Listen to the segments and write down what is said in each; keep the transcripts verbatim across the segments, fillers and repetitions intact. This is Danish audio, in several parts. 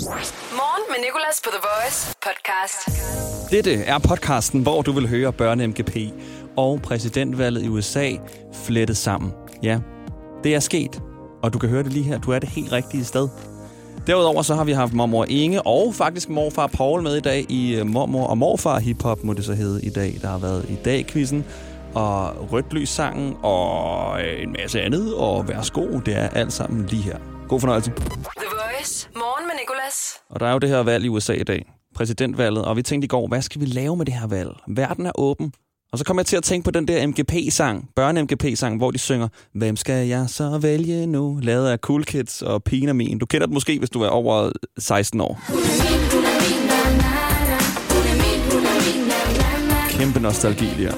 Morgen med Nicolas på The Voice podcast. Dette er podcasten, hvor du vil høre børne-M G P og præsidentvalget i U S A flettet sammen. Ja, det er sket, og du kan høre det lige her. Du er det helt rigtige sted. Derudover så har vi haft mormor Inge og faktisk morfar Paul med i dag i mormor og morfar hiphop, må det så hedde i dag. Der har været i dag-quizzen og rødt lys-sangen og en masse andet. Og værsgo, det er alt sammen lige her. God fornøjelse. The Voice. Morgen med Nicolas. Og der er jo det her valg i U S A i dag. Præsidentvalget. Og vi tænkte i går, hvad skal vi lave med det her valg? Verden er åben. Og så kom jeg til at tænke på den der M G P-sang, børne-M G P-sang, hvor de synger, hvem skal jeg så vælge nu? Lavet af Cool Kids og Pina Min. Du kender det måske, hvis du er over seksten år. Kæmpe nostalgi der.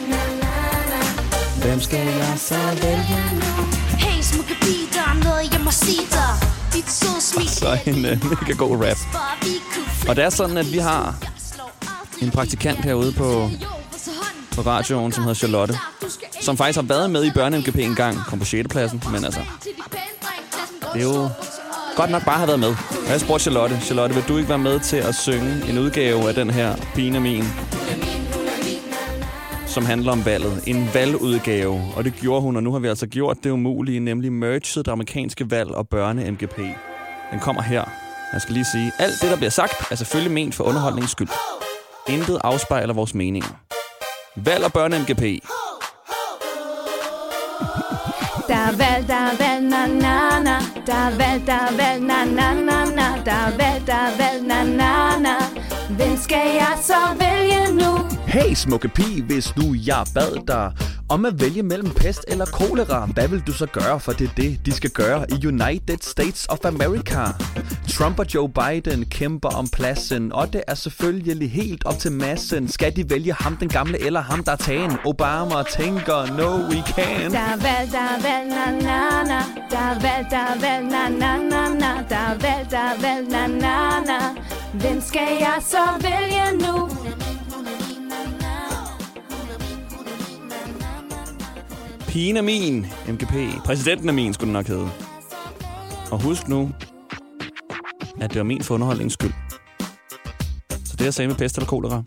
Hvem skal jeg så vælge nu? Hey, smukke pige, der er noget, jeg må sige dig. Dit søde smil. Så en uh, mega god rap. Og det er sådan, at vi har en praktikant herude på, på radioen, som hedder Charlotte, som faktisk har været med i børne-M G P en gang, kom på sjette pladsen, men altså, det er jo godt nok bare at have været med. Og jeg spurgte Charlotte, Charlotte, vil du ikke være med til at synge en udgave af den her Pina Min, som handler om valget. En valgudgave, og det gjorde hun, og nu har vi altså gjort det umulige, nemlig merged det amerikanske valg og børne-M G P. Den kommer her. Jeg skal lige sige, alt det, der bliver sagt, er selvfølgelig ment for underholdningens skyld. Intet afspejler vores meninger. Valg og børne-M G P. Der er valg, der er valg, na na na. Der er valg, der er valg, na na na na. Der er valg, der er valg, na na na. Hvem skal jeg så vælge nu? Hey smukke pige, hvis nu jeg bad dig om at vælge mellem pest eller kolera, hvad vil du så gøre? For det er det, de skal gøre i United States of America. Trump og Joe Biden kæmper om pladsen, og det er selvfølgelig helt op til massen. Skal de vælge ham den gamle eller ham der er tagen? Obama tænker, no we can. Der er valg, der er valg, na na na. Der er valg, der er valg, na na na na. Der er valg, der er valg, na na na. Hvem skal jeg så vælge nu? Pina Min, M G P. Præsidenten er min, skulle den nok hedde. Og husk nu, at det var min for underholdningens skyld. Så det, jeg sagde med pest eller kolera,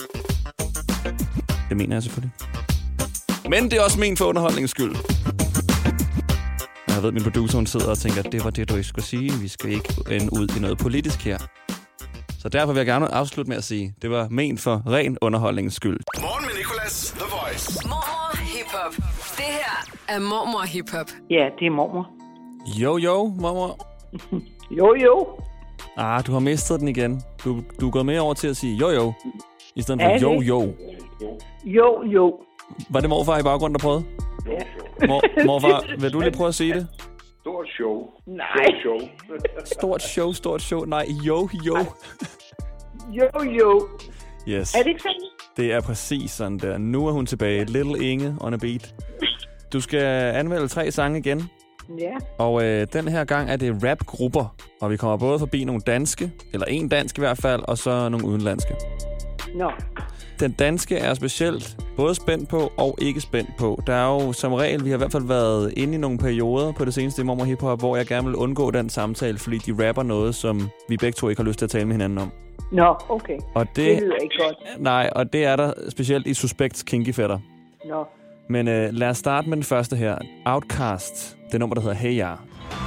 det mener jeg selvfølgelig. Men det er også min for underholdningens skyld. Jeg ved, min producer, hun sidder og tænker, at det var det, du ikke skulle sige. Vi skal ikke ende ud i noget politisk her. Så derfor vil jeg gerne afslutte med at sige, det var ment for ren underholdningens skyld. Morgen med Nicolas, The Voice. Mormor hiphop. Det her er mormor hiphop. Ja, det er mormor. Jo, jo, mormor. Jo, jo. Ah, du har mistet den igen. Du, du er gået med over til at sige jo, jo. I stedet for Er det? jo, jo. Jo, jo. Var det morfar i baggrunden, der prøvede? Ja. Mor, morfar, vil du lige prøve at sige det? Stort show. Nej. Stort show. Stort show, stort show. Nej, jo, jo. Jo, jo. Yes. Er det ikke sådan? Det er præcis sådan der. Nu er hun tilbage. Little Inge on a beat. Du skal anmelde tre sange igen. Ja. Og øh, den her gang er det rapgrupper. Og vi kommer både forbi nogle danske, eller en dansk i hvert fald, og så nogle udenlandske. Nå. Den danske er specielt både spændt på og ikke spændt på. Der er jo som regel, vi har i hvert fald været inde i nogle perioder på det seneste i Mormor Hiphop, hvor jeg gerne vil undgå den samtale, fordi de rapper noget, som vi begge to ikke har lyst til at tale med hinanden om. Nå, okay. Og det, det lyder ikke godt. Nej, og det er der specielt i Suspects Kinky Fætter. Nå. Men øh, lad os starte med den første her. Outcast. Det nummer, der hedder Hey Ya.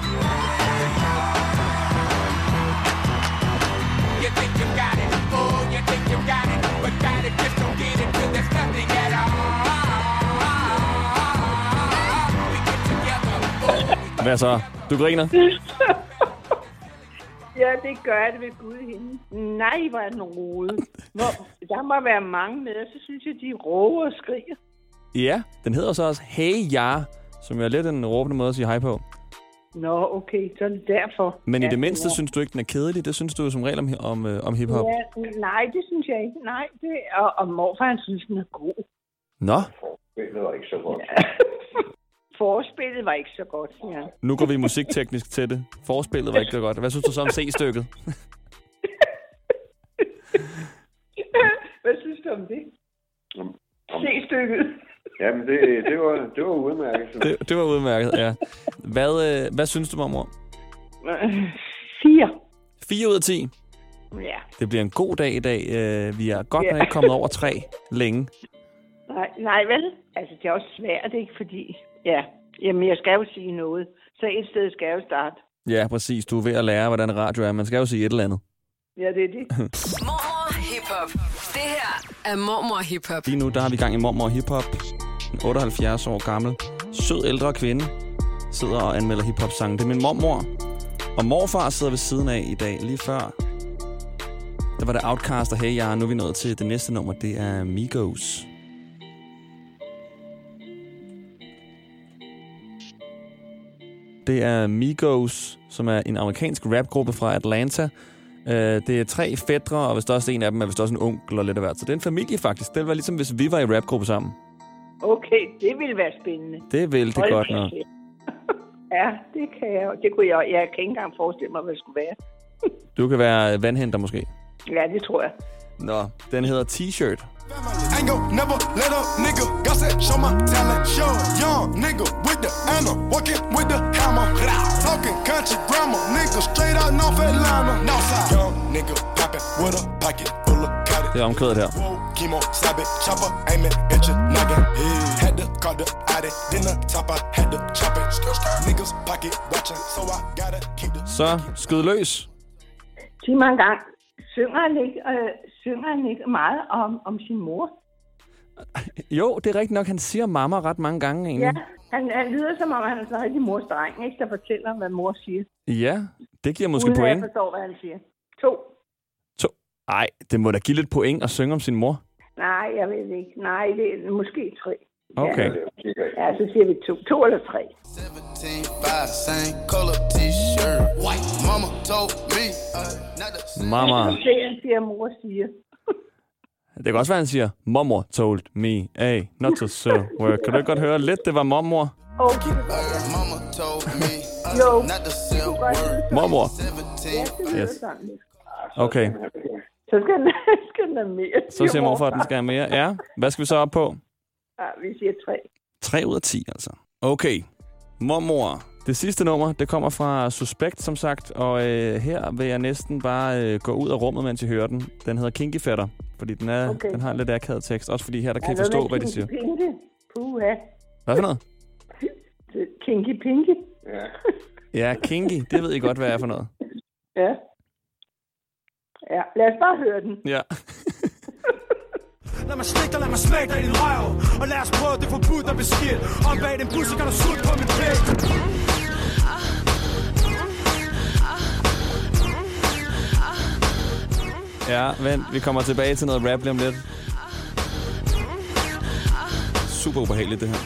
Hvad så? Du griner? Ja, det gør det ved Gud hende. Nej, hvor er den rode. Hvor, der må være mange med, og så synes jeg, de råber og skriger. Ja, den hedder så også Hey Ya, som er lidt en råbende måde at sige hej på. Nå, okay, så er det derfor. Men ja, i det mindste ja. synes du ikke, den er kedelig? Det synes du jo som regel om, om, om hiphop? Ja, nej, det synes jeg ikke. Nej, det, og, og morfar, han synes, den er god. Nå? Det var ikke så godt. Ja. Forspillet var ikke så godt, ja. Nu går vi musikteknisk til det. Forspillet var ikke så godt. Hvad synes du så om C-stykket? Hvad synes du om det? Om, C-stykket. Jamen, det, det, var, det var udmærket. Det, det var udmærket, ja. Hvad, øh, hvad synes du, mormor? Fire. fire ud af ti. Ja. Det bliver en god dag i dag. Uh, vi er godt Ja. nok ikke kommet over tre længe. Nej, nej, vel? Altså, det er også svært, ikke? Fordi, ja, jamen, jeg skal jo sige noget. Så et sted skal jeg jo starte. Ja, præcis. Du er ved at lære, hvordan radio er. Man skal jo sige et eller andet. Ja, det er det. Mormor Hip-Hop. Det her er Mormor Hip-Hop. Lige nu, der har vi gang i Mormor Hip-Hop. En otteoghalvfjerds år gammel, sød ældre kvinde sidder og anmelder hip-hop-sange. Det er min mormor. Og morfar sidder ved siden af i dag. Lige før, der var det Outkast og Hey Ya. Nu er vi nået til det næste nummer. Det er Migos. Det er Migos, som er en amerikansk rapgruppe fra Atlanta. Uh, det er tre fætre, og hvis der også en af dem er vist også en onkel og lidt af hvert. Så det er en familie faktisk. Det var ligesom, hvis vi var i rapgruppe sammen. Okay, det ville være spændende. Det vil det Hold godt kæft. nok. Ja, det kan jeg. Det kunne jeg. Jeg kan ikke engang forestille mig, hvad det skulle være. Du kan være vandhenter måske. Ja, det tror jeg. Nå, den hedder T-shirt. Ain't gon' never let up, nigga. Got that show my talent. Show young nigga with the anna, walking with the hammer. Talking country grammar, nigga straight out North Atlanta. Northside, young nigga poppin' with a pocket full of cotton. Det er omkvædet her. Chemo, stab it, chopper, aim it, at your noggin. Had to call the addy, then the top I had to chop it. Niggas pocket watching, so I gotta keep the. Så skyd løs. Sig mig en gang. Synger han ikke, øh, synger han ikke meget om, om sin mor? Jo, det er rigtigt nok. Han siger mamma ret mange gange egentlig. Ja, han, han lyder som om, han er sådan en rigtig mors dreng, ikke? Der fortæller, hvad mor siger. Ja, det giver måske Uden at point. jeg forstår, hvad han siger. To. To. Ej, det må da give lidt point at synge om sin mor. Nej, jeg ved ikke. Nej, det er måske tre. Okay. Ja, ja så siger vi to. To eller tre. seventeen, five, same color t-shirt. White. Mama told me, uh, not the Mamma. Det han siger, mor siger. Det kan også være, han siger, Mommer told me, hey, not to so work. Kan du ikke godt høre lidt, det var mormor? Okay. Mama told me, uh, Jo. not the sell word. Mormor. seventeen. Ja, det lyder Yes. sådan lidt. Okay, Så skal den, skal den have mere. så siger morfar, at den skal have mere. Ja, hvad skal vi så op på? Ja, vi siger tre. tre ud af ti, altså. Okay, mormor. Det sidste nummer, det kommer fra Suspekt, som sagt. Og øh, her vil jeg næsten bare øh, gå ud af rummet, mens I hører den. Den hedder Kinky Fætter, fordi den, er, Okay. den har en lidt akavet tekst. Også fordi her, der kan I Altså, forstå, med hvad de siger. Kinky Pinky. Puha. Hvad for noget? Kinky Pinky. Ja. Ja, kinky, det ved I godt, hvad er for noget. Ja. Ja, lad os bare høre den. Ja. Lad mig slikke dig, lad mig smække dig i din røv. Og lad os prøve det forbudt og beskidt. Om bag den bus, så kan du sutte på mit pæk. Ja, vent, vi kommer tilbage til noget rap lige om lidt. Super ubehageligt, det her.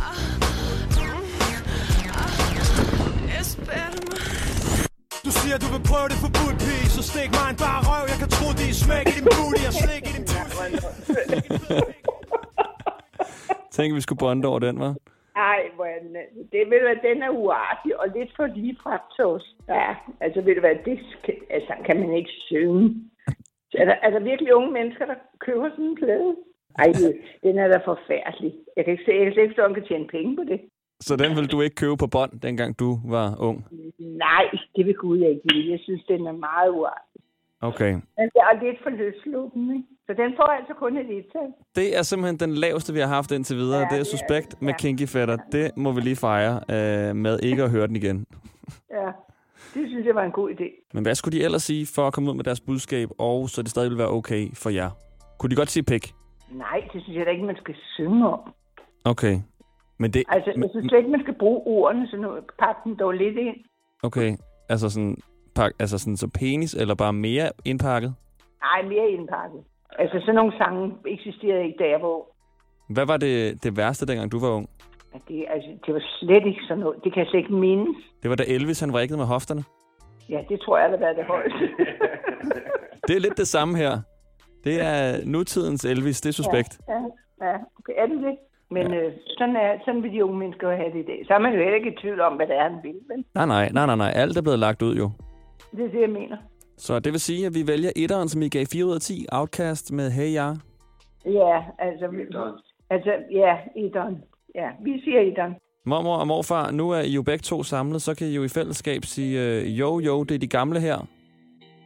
Du siger, du vil prøve det forbudt, pige. Så stik mig en bare røv. Jeg kan tro, det er smæk i din booty og slik i din booty. Tænk, vi skulle bonde over den, hva'? Ej, hvor er den, det vil være, den er uartig og lidt for lige frem til os. Ja, altså vil det være, det skal, altså, kan man ikke synge. Er der, er der virkelig unge mennesker, der køber sådan en plade? Ej, det, den er da forfærdelig. Jeg kan ikke se, jeg kan slet ikke forstå, at man kan tjene penge på det. Så den ville du ikke købe på bånd, dengang du var ung? Nej, det vil Gud jeg ikke lide. Jeg synes, den er meget uartig. Okay. Den er lidt for løsluppen, ikke? Så den får altså kun et et-tal. Det er simpelthen den laveste, vi har haft indtil videre. Ja, det er det er Suspekt det. med Ja. Kinky Fætter. Det må vi lige fejre øh, med ikke at høre den igen. Ja, det synes jeg var en god idé. Men hvad skulle de ellers sige for at komme ud med deres budskab, og så det stadig vil være okay for jer? Kunne de godt sige pik? Nej, det synes jeg da ikke, man skal synge om. Okay. Men det... Altså, men, jeg synes slet ikke, man skal bruge ordene, så nu pakke den dog lidt ind. okay. Altså sådan, pak, altså sådan så penis, eller bare mere indpakket? Nej, mere indpakket. Altså, sådan nogle sange eksisterede ikke, da jeg var ung. Hvad var det, det værste, dengang du var ung? Det, altså, det var slet ikke sådan noget. Det kan jeg slet ikke mindes. Det var da Elvis, han vrikkede med hofterne. Ja, det tror jeg, der har været det højeste. Det er lidt det samme her. Det er nutidens Elvis, det er Suspekt. Ja, ja, okay. Er det det? Men ja. øh, sådan, er, sådan vil de unge mennesker jo have det i dag. Så er man jo heller ikke i tvivl om, hvad det er, han vil. Men Nej, nej, nej, nej, nej. Alt er blevet lagt ud jo. det er det, jeg mener. Så det vil sige, at vi vælger etteren, som I gav fire ud af ti. Outkast med Hey Ya. Ja, altså... Altså, ja, etteren. Ja, vi siger etteren. Mormor og morfar, nu er I jo begge to samlet, så kan I jo i fællesskab sige, øh, jo, jo, det er de gamle her.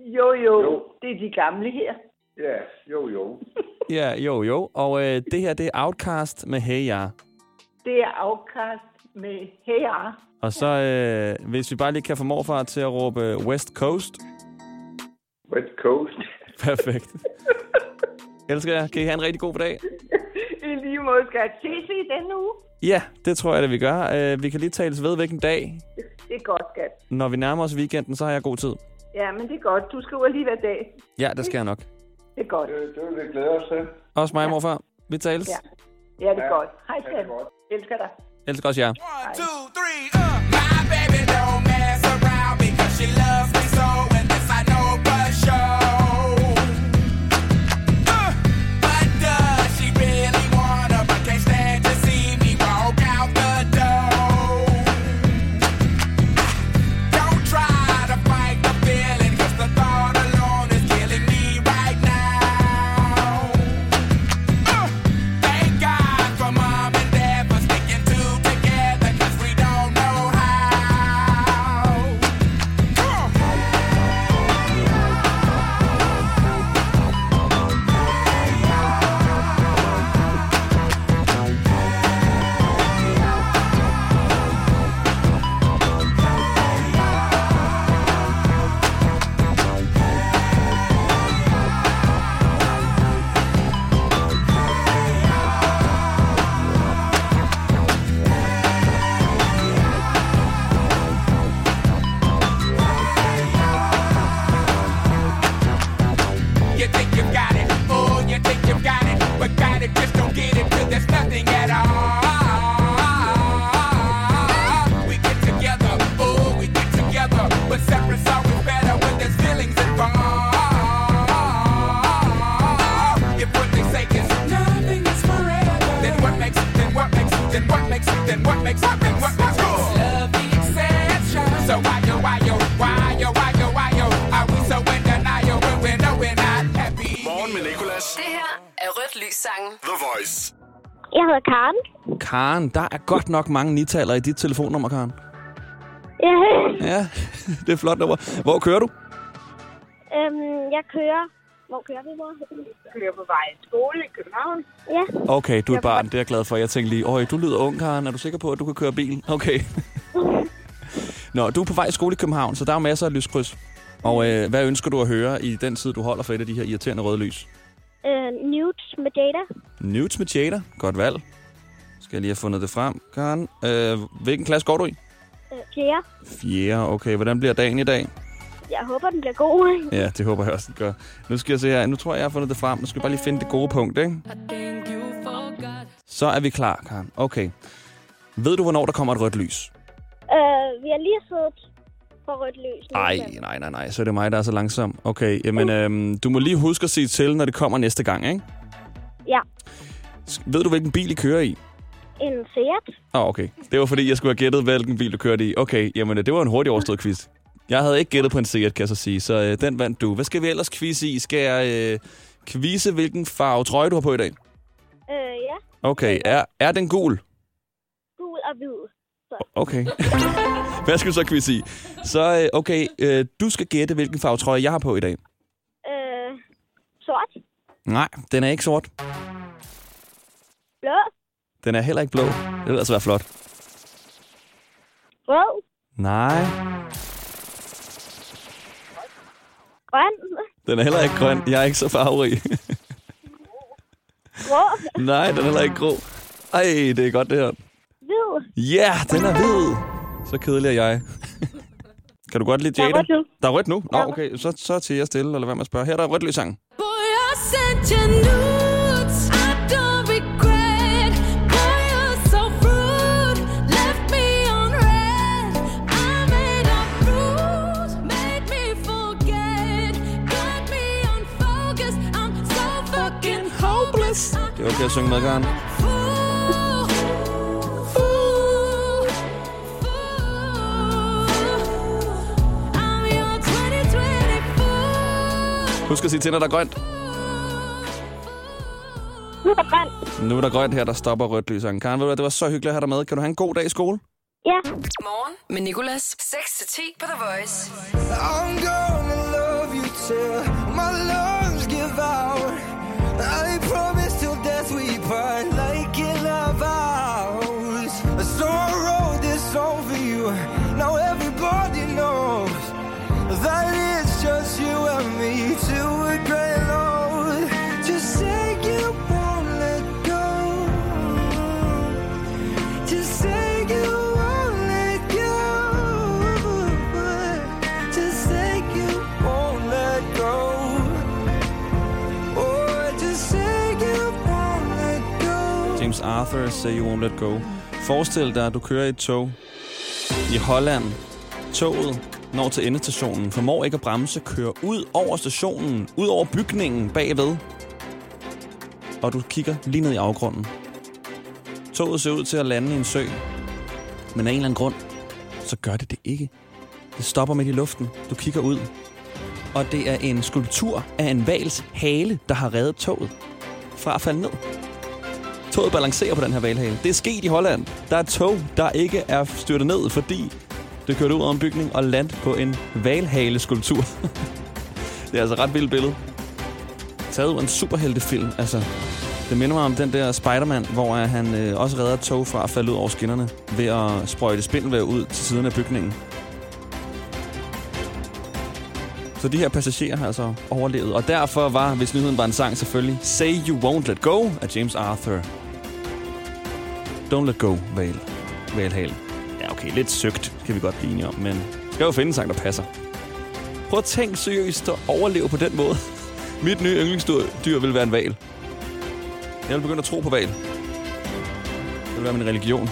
Jo, jo, Jo. det er de gamle her. Ja, jo, jo. Ja, jo, jo. Og øh, det her, det er Outkast med Hey Ya. Det er Outkast med Hey Ya. Og så, øh, hvis vi bare lige kan få morfar til at råbe West Coast. West Coast. Perfekt. Elsker jeg. Kan I have en rigtig god dag? I lige måde skal jeg ses i denne uge. Ja, det tror jeg, det vi gør. Øh, vi kan lige tales ved, hvilken dag. Det er godt, skat. Når vi nærmer os weekenden, så har jeg god tid. Ja, men det er godt. Du skriver lige hver dag. Ja, det skal jeg nok. Det er godt. Det, det vil vi glæde os til. Også mig, morfar. Vi tales. Ja, ja det er Ja, godt. Hej, det er skat. godt. Elsker dig. Elsker også jer. One, two, three, uh. My baby don't mess around because she loves me so, and this I know for sure. Uh, but does she really wanna, but can't stand to see me walk out the door? Don't try to fight the feeling, cause the thought alone is killing me right now. Uh, thank God for mom and dad for sticking two together, cause we don't know how. Come on. You think you got it, oh, you think you got it, but got it, just don't get it, till there's nothing at all. We get together, oh, we get together, but separate's always better when there's feelings involved. If what they say is nothing is forever, then what makes, then what makes, then what makes, then what makes, then what makes love the exception? So why yo, why yo, why yo, why yo, why yo, are we so in denial when we know we're not happy? Morgen med Nicolas. Det her er Rødt Lys sangen. The Voice. Jeg hedder Karen. Karen, der er godt nok mange nitalere i dit telefonnummer, Karen. Ja. Ja, det er flot nummer. Hvor kører du? Øhm, jeg kører... Hvor kører vi, mor? Jeg kører på vej i skole i København. Ja. Okay, du er et barn, det er jeg glad for. Jeg tænkte lige, øj, du lyder ung, Karen. Er du sikker på, at du kan køre bil? Okay. Nå, du er på vej i skole i København, så der er masser af lyskryds. Og øh, hvad ønsker du at høre i den tid, du holder for et af de her irriterende røde lys? Øh, Nudes med Jada. Nudes med Jada. Godt valg. Skal jeg lige have fundet det frem, Karen. Øh, hvilken klasse går du i? Øh, fjerde. Fjerde, okay. Hvordan bliver dagen i dag? Jeg håber, den bliver god. Ja, det håber jeg også, den gør. Nu skal jeg se her. Nu tror jeg, jeg har fundet det frem. Nu skal jeg bare lige finde det gode punkt, ikke? Så er vi klar, Karen. Okay. Ved du, hvornår der kommer et rødt lys? Øh, vi har lige siddet på rødt lys. Nej, nej, nej, nej. Så er det mig, der er så langsom. Okay, jamen, øhm, du må lige huske at sige til, når det kommer næste gang, ikke? Ja. Ved du, hvilken bil I kører i? En Seat. Åh, oh, okay. Det var, fordi jeg skulle have gættet, hvilken bil du kørte i. Okay, jamen, det var en hurtig overstået quiz. Jeg havde ikke gættet på en Seat, kan jeg så sige, så øh, den vandt du. Hvad skal vi ellers quizze i? Skal jeg øh, quizze, hvilken farve trøje du har på i dag? Øh, ja. Okay, er, er den gul? Gul og hvid. Så. Okay. Hvad skal du så quizze i? Så, øh, okay, øh, du skal gætte, hvilken farve trøje jeg har på i dag. Øh, sort. Nej, den er ikke sort. Blå. Den er heller ikke blå. Det vil altså være flot. Rød. Nej. Grøn. Den er heller ikke grøn. Jeg er ikke så farverig. Grå. Nej, den er heller ikke grå. Ej, det er godt det her. Hvid. Ja, yeah, den er hvid. Så kedelig er jeg. Kan du godt lide Jada? Der er rødt nu. Der er rødt nu? Nå, okay. Så, så til jeg stille, eller hvad man spørger. Her er der rødt lyssangen. Det er okay at synge med, Karen. Husk at sige til, når der er grønt. Nu er der grønt. Nu er der grønt her, der stopper rødt lyssangen. Karen, ved du hvad, det var så hyggeligt at have dig med. Kan du have en god dag i skole? Ja. Morgen med Nicolas. seks til ti på The Voice. I'm gonna love you me to a great load. Just say you won't let go. Just say you won't let go. Just say you won't let go. Oh, just say you won't let go. James Arthur, Say You Won't Let Go. Forestil dig, at du kører i et tog i Holland. Toget når til endestationen, formår ikke at bremse, kører ud over stationen, ud over bygningen bagved. Og du kigger lige ned i afgrunden. Toget ser ud til at lande i en sø. Men af en eller anden grund, så gør det det ikke. Det stopper midt i luften. Du kigger ud. Og det er en skulptur af en hvals hale, der har reddet toget fra at falde ned. Toget balancerer på den her hvalhale. Det er sket i Holland. Der er et tog, der ikke er styrtet ned, fordi det kørte ud over en bygning og landte på en hvalhaleskulptur. Det er altså et ret vildt billede. Taget ud af en superheltefilm. Altså, det minder mig om den der Spider-Man, hvor han øh, også redder et tog fra at falde ud over skinnerne ved at sprøjte spindelvæv ud til siden af bygningen. Så de her passagerer har altså overlevet. Og derfor var, hvis nyheden var en sang, selvfølgelig Say You Won't Let Go af James Arthur. Don't let go, Val. Valhale. Ja, okay, lidt søgt, kan vi godt blive enige om, men skal jo finde en sang, der passer. Prøv at tænke seriøst at overleve på den måde. Mit nye yndlingsdyr vil være en hval. Jeg vil begynde at tro på hval. Det vil være min religion.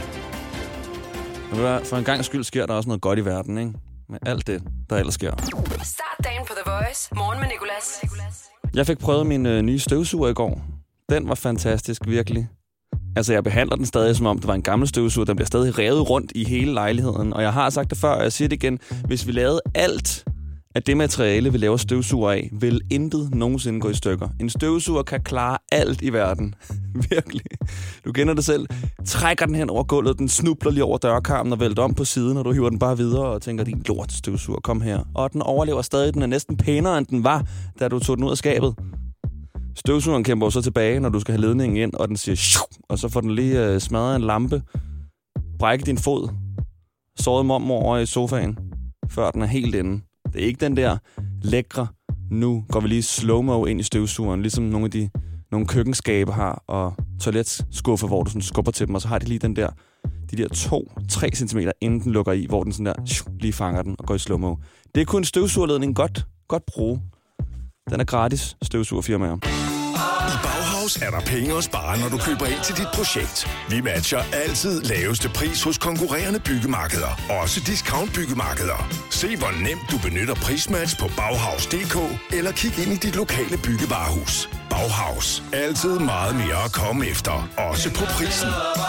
For en gang skyld sker der også noget godt i verden, ikke? Med alt det, der ellers sker. Start dagen på The Voice. Morgen med Nicolas. Jeg fik prøvet min øh, nye støvsuger i går. Den var fantastisk, virkelig. Altså, jeg behandler den stadig, som om det var en gammel støvsuger. Den bliver stadig revet rundt i hele lejligheden. Og jeg har sagt det før, og jeg siger det igen. Hvis vi lavede alt af det materiale, vi laver støvsuger af, vil intet nogensinde gå i stykker. En støvsuger kan klare alt i verden. Virkelig. Du kender det selv. Trækker den hen over gulvet, den snubler lige over dørkarmen og vælter om på siden, og du hiver den bare videre og tænker, din lort støvsuger, kom her. Og den overlever stadig. Den er næsten pænere, end den var, da du tog den ud af skabet. Støvsugeren kæmper så tilbage, når du skal have ledningen ind, og den siger, Shuh! Og så får den lige øh, smadret en lampe, brække din fod, såret mormor over i sofaen, før den er helt inde. Det er ikke den der lækre, nu går vi lige slow-mo ind i støvsugeren, ligesom nogle af de nogle køkkenskabe har, og toiletskuffer, hvor du sådan skubber til dem, og så har de lige den der, de der to til tre centimeter, inden den lukker i, hvor den sådan der shuh, lige fanger den og går i slow-mo. Det er kun en støvsugerledning godt, godt bruge. Den er gratis, støvsugerfirmaer. I Bauhaus er der penge at spare, når du køber ind til dit projekt. Vi matcher altid laveste pris hos konkurrerende byggemarkeder. Også discount byggemarkeder. Se hvor nemt du benytter prismatch på Bauhaus punktum d k eller kig ind i dit lokale byggevarehus. Bauhaus. Altid meget mere at komme efter. Også på prisen.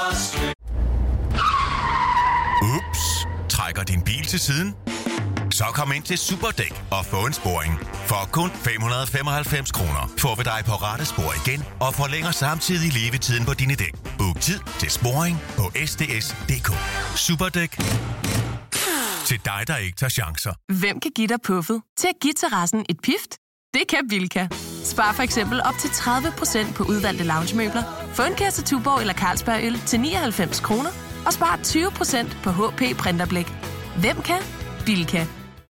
Ups. Trækker din bil til siden? Så kom ind til Superdæk og få en sporing. For kun fem hundrede og femoghalvfems kroner får vi dig på rette spor igen og forlænger samtidig levetiden på dine dæk. Book tid til sporing på S D S punktum d k. Superdæk. Til dig, der ikke tager chancer. Hvem kan give dig puffet til at give terrassen et pift? Det kan Bilka. Spar for eksempel op til tredive procent på udvalgte loungemøbler. Få en kasse Tuborg eller Carlsberg øl til nioghalvfems kroner. Og spar tyve procent på H P printerblæk. Hvem kan? Bilka.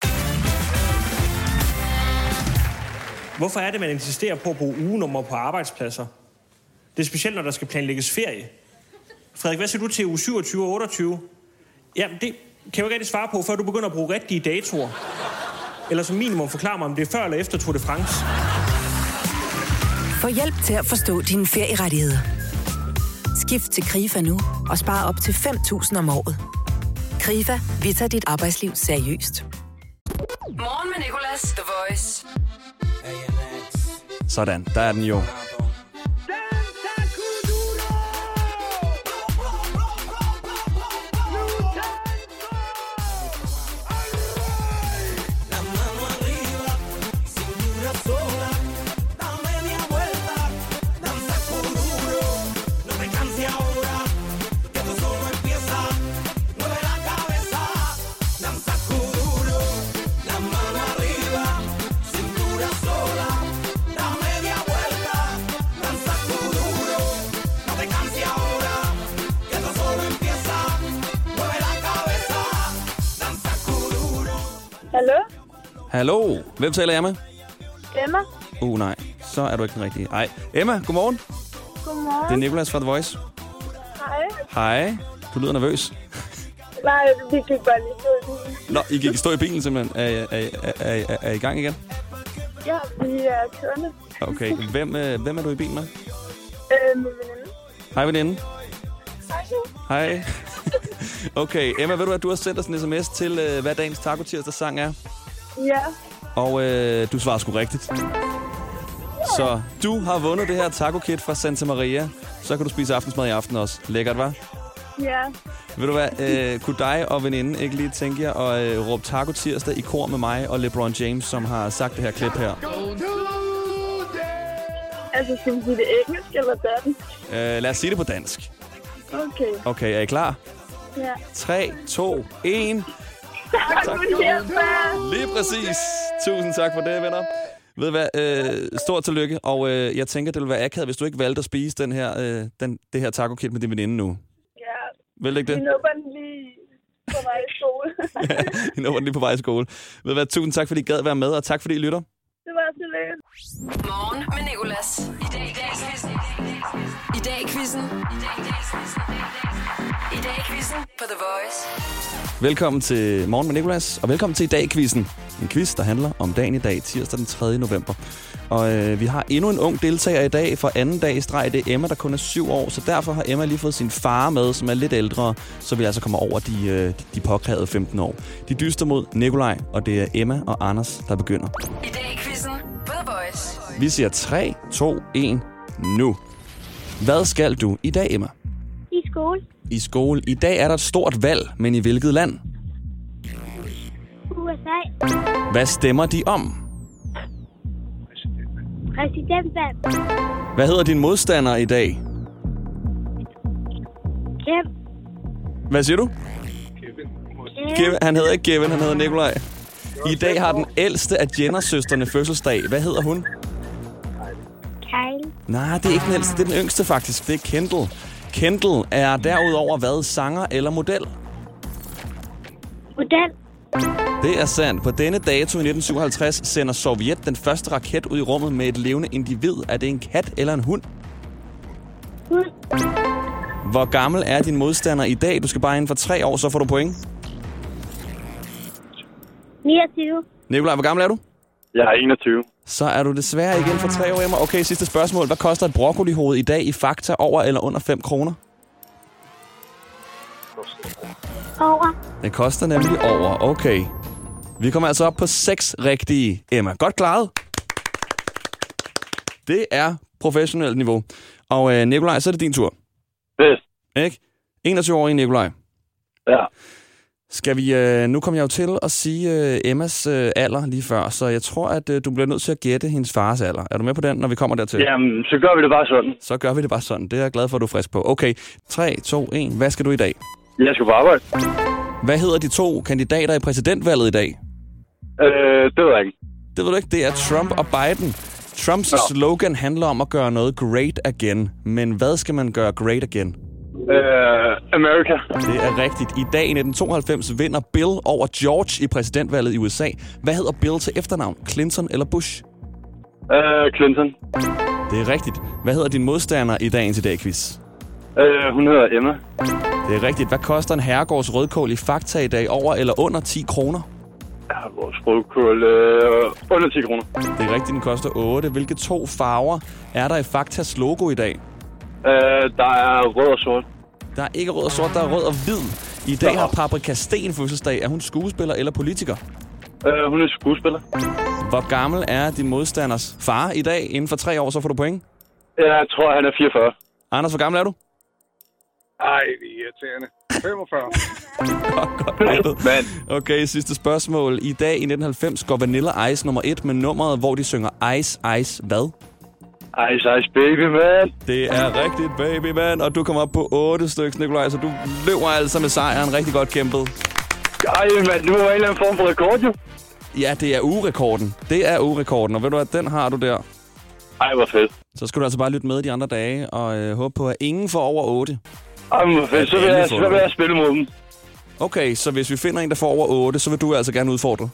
Hvorfor er det, man insisterer på at bruge ugenummer på arbejdspladser? Det er specielt, når der skal planlægges ferie. Frederik, hvad siger du til uge syvogtyve og otteogtyve? Jamen, det kan jeg jo ikke rigtig svare på, før du begynder at bruge rigtige datoer. Eller som minimum forklare mig, om det er før eller efter Tour de France. Få hjælp til at forstå dine ferierettigheder. Skift til KRIFA nu og spar op til fem tusind om året. KRIFA, vi tager dit arbejdsliv seriøst. Morgen med Nicolas, The Voice. Sådan, der er den jo. Hallo, hvem taler jeg med? Emma. Uh, nej. Så er du ikke den rigtige. Ej. Emma, godmorgen. Godmorgen. Det er Nicolas fra The Voice. Hej. Hej. Du lyder nervøs. Nej, vi gik bare lige stå i bilen. Nå, I gik stå i bilen simpelthen. Er, er, er, er, er, er I gang igen? Ja, vi er kørende. Okay. Hvem, øh, hvem er du i bilen med? Øh, min veninde. Hej, veninde. Hej. Hej. Okay, Emma, ved du, at du har sendt os en sms til, øh, hvad dagens Taco Tirsdag sang er? Ja. Og øh, du svarer sgu rigtigt. Så du har vundet det her taco-kit fra Santa Maria. Så kan du spise aftensmad i aften også. Lækkert, hva'? Ja. Ved du hvad, øh, kunne dig og veninden ikke lige tænke jer at øh, råbe Taco Tirsdag i kor med mig og LeBron James, som har sagt det her klip her? Altså, skal vi sige det engelsk eller dansk? Øh, lad os sige det på dansk. Okay. Okay, er I klar? Ja. tre, to, et. Tak. Lige præcis. Tusind tak for det, venner. Ved du hvad, øh, stort tillykke, og øh, jeg tænker, det ville være akavet, hvis du ikke valgte at spise den her, øh, den, det her taco-kit med din veninde nu. Ja. Vil det ikke det? Vi nupper den lige på vej i skole. Ja, vi nupper den lige på vej i skole. Ved du hvad, tusind tak, fordi I gad være med, og tak fordi I lytter. Det var så lidt. Morgen med Nicolas. I dag i dag-quizzen. I dag i quizzen. I dag i quizzen på The Voice. Velkommen til Morgen med Nicolas, og velkommen til I dag-quizzen. En quiz, der handler om dagen i dag, tirsdag den tredje november. Og øh, vi har endnu en ung deltager i dag for anden dag i streg. Det er Emma, der kun er syv år, så derfor har Emma lige fået sin far med, som er lidt ældre, så vi altså kommer over de, øh, de påkrævede femten år. De dyster mod Nikolaj, og det er Emma og Anders, der begynder. I dag i quizzen på The Voice. Vi siger tre, to, et, nu. Hvad skal du i dag, Emma? I skole. I skole. I dag er der et stort valg, men i hvilket land? U S A. Hvad stemmer de om? Præsidentvalg. Hvad hedder din modstander i dag? Kim. Hvad siger du? Kevin. Kevin. Han hedder ikke Kevin, han hedder Nikolaj. I dag har den ældste af Jenner-søstrene fødselsdag. Hvad hedder hun? Kyle. Nej, det er ikke den ældste. Det er den yngste faktisk. Det er Kendall. Kendall er derudover hvad? Sanger eller model? Model. Det er sandt. På denne dato i nitten syvoghalvtreds sender Sovjet den første raket ud i rummet med et levende individ. Er det en kat eller en hund? Hund. Hvor gammel er din modstander i dag? Du skal bare inden for tre år, så får du point. niogtyve. Nikolaj, hvor gammel er du? Jeg er enogtyve. Så er du desværre igen for tre år, Emma. Okay, sidste spørgsmål. Hvad koster et broccolihoved i dag i Fakta over eller under fem kroner? Over. Det koster nemlig over. Okay. Vi kommer altså op på seks rigtige, Emma. Godt klaret. Det er professionelt niveau. Og øh, Nikolaj, så er det din tur. Bedst. Ikke? enogtyve-årige Nikolaj. Ja. Skal vi... Øh, nu kommer jeg jo til at sige øh, Emmas øh, alder lige før, så jeg tror, at øh, du bliver nødt til at gætte hendes fars alder. Er du med på den, når vi kommer dertil? Jamen, så gør vi det bare sådan. Så gør vi det bare sådan. Det er jeg glad for, at du er frisk på. Okay, tre, to, et. Hvad skal du i dag? Jeg skal på arbejde. Hvad hedder de to kandidater i præsidentvalget i dag? Øh, det ved jeg ikke. Det ved du ikke. Det er Trump og Biden. Trumps no. slogan handler om at gøre noget great again. Men hvad skal man gøre great again? Uh, America. Det er rigtigt. I dag i nitten tooghalvfems vinder Bill over George i præsidentvalget i U S A. Hvad hedder Bill til efternavn? Clinton eller Bush? Uh, Clinton. Det er rigtigt. Hvad hedder din modstander i dagens i dag-quiz? Uh, hun hedder Emma. Det er rigtigt. Hvad koster en herregårds rødkål i Fakta i dag? Over eller under ti kroner? Herregårds rødkål uh, under ti kroner. Det er rigtigt. Den koster otte. Hvilke to farver er der i Faktas logo i dag? Uh, der er rød og sort. Der er ikke rød og sort, der er rød og hvid. I dag har Paprika Sten fødselsdag. Er hun skuespiller eller politiker? Uh, hun er skuespiller. Hvor gammel er din modstanders far i dag? Inden for tre år, så får du point. Jeg tror, han er fireogfyrre. Anders, hvor gammel er du? Ej, det er irriterende. femogfyrre. Godt, godt. Okay, sidste spørgsmål. I dag i nitten halvfems går Vanilla Ice nummer et med nummeret, hvor de synger Ice Ice hvad? Ice Ice Baby Man. Det er rigtigt, Baby Man. Og du kommer op på otte stykker, Nikolaj, så du løber altså med sejren. Rigtig godt kæmpet. Ej, mand, det var en eller anden form for rekord, jo. Ja, det er ugerekorden. Det er ugerekorden, og ved du hvad, den har du der. Ej, hvor fedt. Så skal du altså bare lytte med de andre dage, og øh, håbe på, at ingen får over otte. Ej, hvor fedt. Så vil, jeg, så vil jeg spille mod dem. Okay, så hvis vi finder en, der får over otte, så vil du altså gerne udfordre?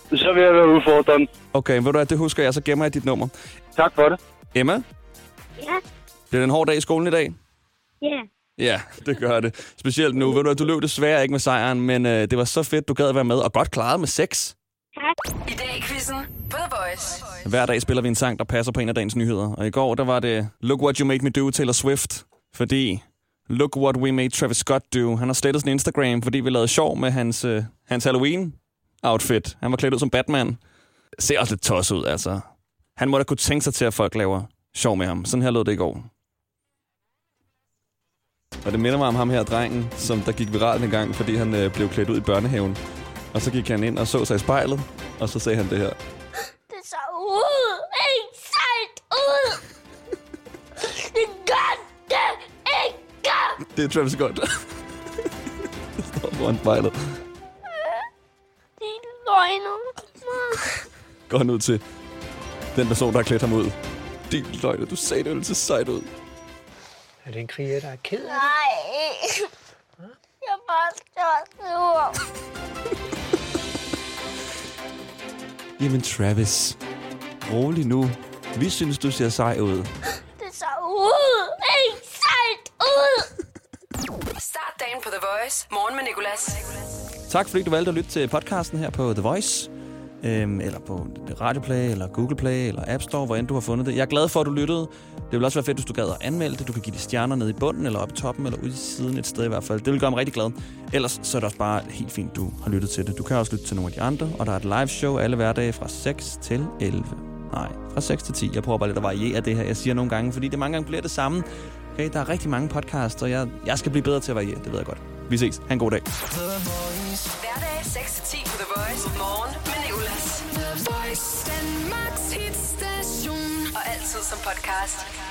Så vil jeg være udfordrende. Okay, ved du hvad, det husker jeg, så gemmer jeg dit nummer. Tak for det. Emma, Ja. bliver det en hård dag i skolen i dag? Ja. Ja, det gør det. Specielt nu. Ved du hvad, du løb desværre ikke med sejren, men øh, det var så fedt, du gad at være med, og godt klaret med seks. Tak. I dag i quizzen på The Voice. Hver dag spiller vi en sang, der passer på en af dagens nyheder. Og i går, der var det Look What You Made Me Do, Taylor Swift. Fordi Look What We Made Travis Scott Do. Han har slettet sin Instagram, fordi vi lavede sjov med hans, øh, hans Halloween-outfit. Han var klædt ud som Batman. Ser også lidt tosset ud, altså. Han må da kunne tænke sig til, at folk laver sjov med ham. Sådan her lød det i går. Og det minder mig om ham her, drengen, som der gik viralt en gang, fordi han øh, blev klædt ud i børnehaven. Og så gik han ind og så sig i spejlet, og så sagde han det her. Det så ud. Ikke sejt ud. Det gør det ikke. Det er Travis Scott. Det står foran spejlet. Det er løgner. Går han ud til den person, der har klædt ham ud. Din løgner, du sagde det jo til sejt ud. Er det en kriger, der er ked af det? Nej. Jeg er bare størst nu. Jamen Travis, rolig nu. Vi synes, du ser sej ud. Det så ud. Ikke sejt ud. Start dagen på The Voice. Morgen med Nicolas. Tak fordi du valgte at lytte til podcasten her på The Voice. Øhm, eller på Radio Play, eller Google Play, eller App Store, hvor end du har fundet det. Jeg er glad for, at du lyttede. Det vil også være fedt, hvis du gad at anmelde det. Du kan give de stjerner nede i bunden, eller op i toppen, eller ude i siden et sted i hvert fald. Det vil gøre mig rigtig glad. Ellers så er det også bare helt fint, du har lyttet til det. Du kan også lytte til nogle af de andre, og der er et live show alle hverdage fra seks til elleve. Nej, fra seks til ti. Jeg prøver bare lidt at variere det her, jeg siger nogle gange, fordi det mange gange bliver det samme. Okay, der er rigtig mange podcasts, og jeg, jeg skal blive bedre til at variere, det ved jeg godt. Vi ses. Ha' en god dag. Hverdag seks til ti på The Voice. Morgen med Nicolas. The Voice. Danmarks hitstation. Og altid som podcast.